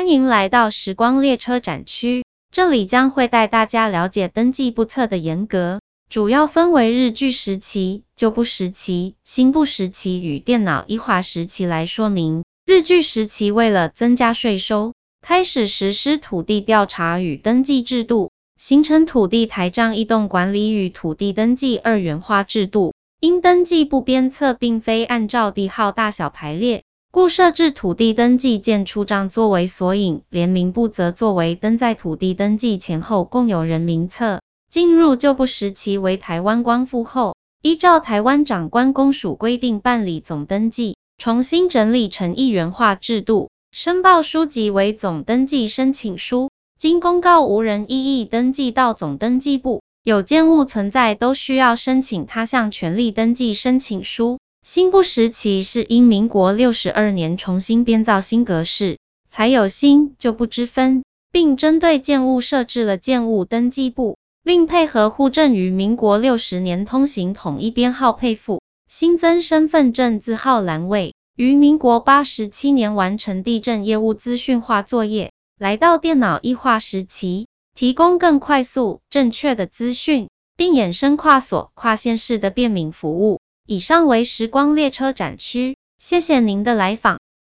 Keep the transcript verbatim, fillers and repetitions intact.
欢迎来到时光列车展区，这里将会带大家了解登记簿册的严格，主要分为日据时期、旧簿时期、新簿时期与电脑一化时期来说明。日据时期为了增加税收，开始实施土地调查与登记制度，形成土地台账异动管理与土地登记二元化制度。因登记簿编册并非按照地号大小排列，故设置土地登记件出账作为索引，连名簿则作为登在土地登记前后共有人名册。进入旧簿时期为台湾光复后，依照台湾长官公署规定办理总登记，重新整理成一元化制度，申报书籍为总登记申请书，经公告无人一一登记到总登记簿，有建物存在都需要申请他项权利登记申请书。新簿时期是因民国六十二年重新编造新格式，才有新旧簿之分，并针对建物设置了建物登记簿，另配合户政于民国六十年通行统一编号配附，新增身份证字号栏位，于民国八十七年完成地政业务资讯化作业。来到电脑异化时期，提供更快速、正确的资讯，并衍生跨所、跨县市的便民服务。以上为时光列车展区，谢谢您的来访。